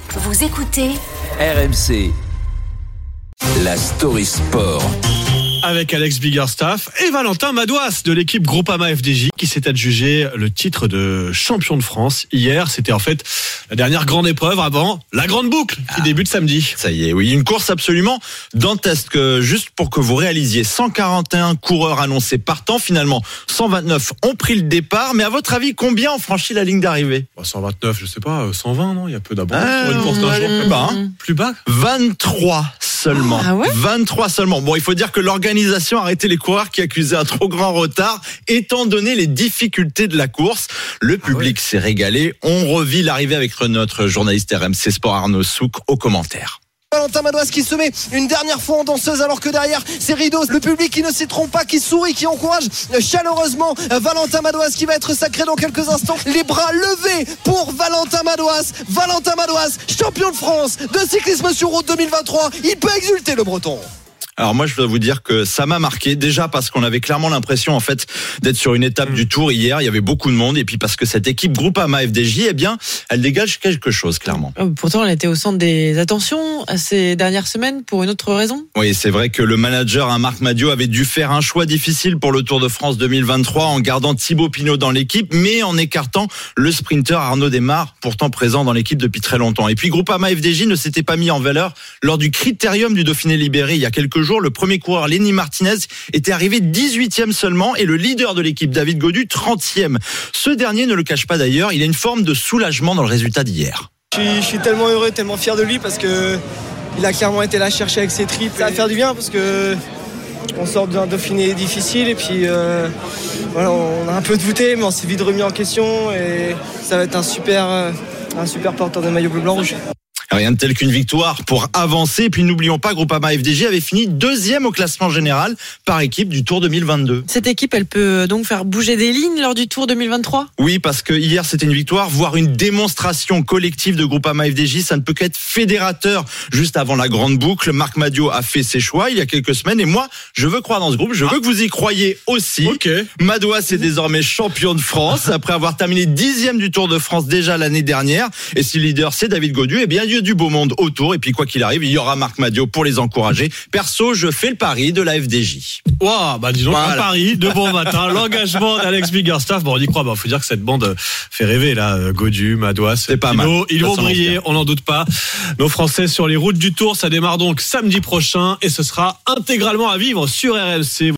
Vous écoutez RMC, la story sport. Avec Alex Biggerstaff et Valentin Madouas de l'équipe Groupama FDJ qui s'est adjugé le titre de champion de France hier. C'était en fait la dernière grande épreuve avant la grande boucle qui débute samedi. Ça y est, oui, une course absolument dantesque. Juste pour que vous réalisiez, 141 coureurs annoncés partant, finalement 129 ont pris le départ. Mais à votre avis, combien ont franchi la ligne d'arrivée? 129, je sais pas, 120, non? Il y a peu d'abandon sur une course d'un jour. Plus bas, hein. Plus bas? 23 seulement. Ah ouais 23 seulement. Bon, il faut dire que l'organisation a arrêté les coureurs qui accusaient un trop grand retard, étant donné les difficultés de la course. Le public s'est régalé. On revit l'arrivée avec notre journaliste RMC Sport Arnaud Souk aux commentaires. Valentin Madouas qui se met une dernière fois en danseuse alors que derrière c'est Rideau, le public qui ne s'y trompe pas, qui sourit, qui encourage chaleureusement Valentin Madouas qui va être sacré dans quelques instants. Les bras levés pour Valentin Madouas, champion de France de cyclisme sur route 2023. Il peut exulter le Breton. Alors moi je dois vous dire que ça m'a marqué, déjà parce qu'on avait clairement l'impression en fait d'être sur une étape du Tour hier, il y avait beaucoup de monde, et puis parce que cette équipe Groupama FDJ, eh bien elle dégage quelque chose clairement. Pourtant elle était au centre des attentions ces dernières semaines pour une autre raison. Oui, c'est vrai que le manager Marc Madiot avait dû faire un choix difficile pour le Tour de France 2023 en gardant Thibaut Pinot dans l'équipe, mais en écartant le sprinter Arnaud Démare, pourtant présent dans l'équipe depuis très longtemps. Et puis Groupama FDJ ne s'était pas mis en valeur lors du critérium du Dauphiné libéré il y a quelques jours. Le premier coureur, Lenny Martinez, était arrivé 18e seulement et le leader de l'équipe, David Gaudu, 30e. Ce dernier ne le cache pas d'ailleurs, il a une forme de soulagement dans le résultat d'hier. Je suis tellement heureux, tellement fier de lui parce que il a clairement été là chercher avec ses tripes. Ça va faire du bien parce que on sort d'un Dauphiné difficile et puis voilà, on a un peu douté mais on s'est vite remis en question et ça va être un super porteur de maillot bleu-blanc-rouge. Rien de tel qu'une victoire pour avancer. Et puis n'oublions pas, Groupama FDJ avait fini 2e au classement général par équipe du Tour 2022. Cette équipe, elle peut donc faire bouger des lignes lors du Tour 2023 ? Oui, parce que hier c'était une victoire, voire une démonstration collective de Groupama FDJ. Ça ne peut qu'être fédérateur. Juste avant la grande boucle, Marc Madiot a fait ses choix il y a quelques semaines. Et moi, je veux croire dans ce groupe. Je veux que vous y croyez aussi. Okay. Madouas est désormais champion de France après avoir terminé 10e du Tour de France déjà l'année dernière. Et si le leader c'est David Gaudu, eh bien il y a du beau monde autour. Et puis quoi qu'il arrive, il y aura Marc Madiot pour les encourager. Perso, je fais le pari de la FDJ. Waouh, bah disons un pari de bon matin. L'engagement d'Alex Biggerstaff. Bon, on y croit. Bah, faut dire que cette bande fait rêver là. Gaudu, Madouas, c'est pas mal. Ils vont briller, on n'en doute pas. Nos Français sur les routes du Tour, ça démarre donc samedi prochain et ce sera intégralement à vivre sur RMC.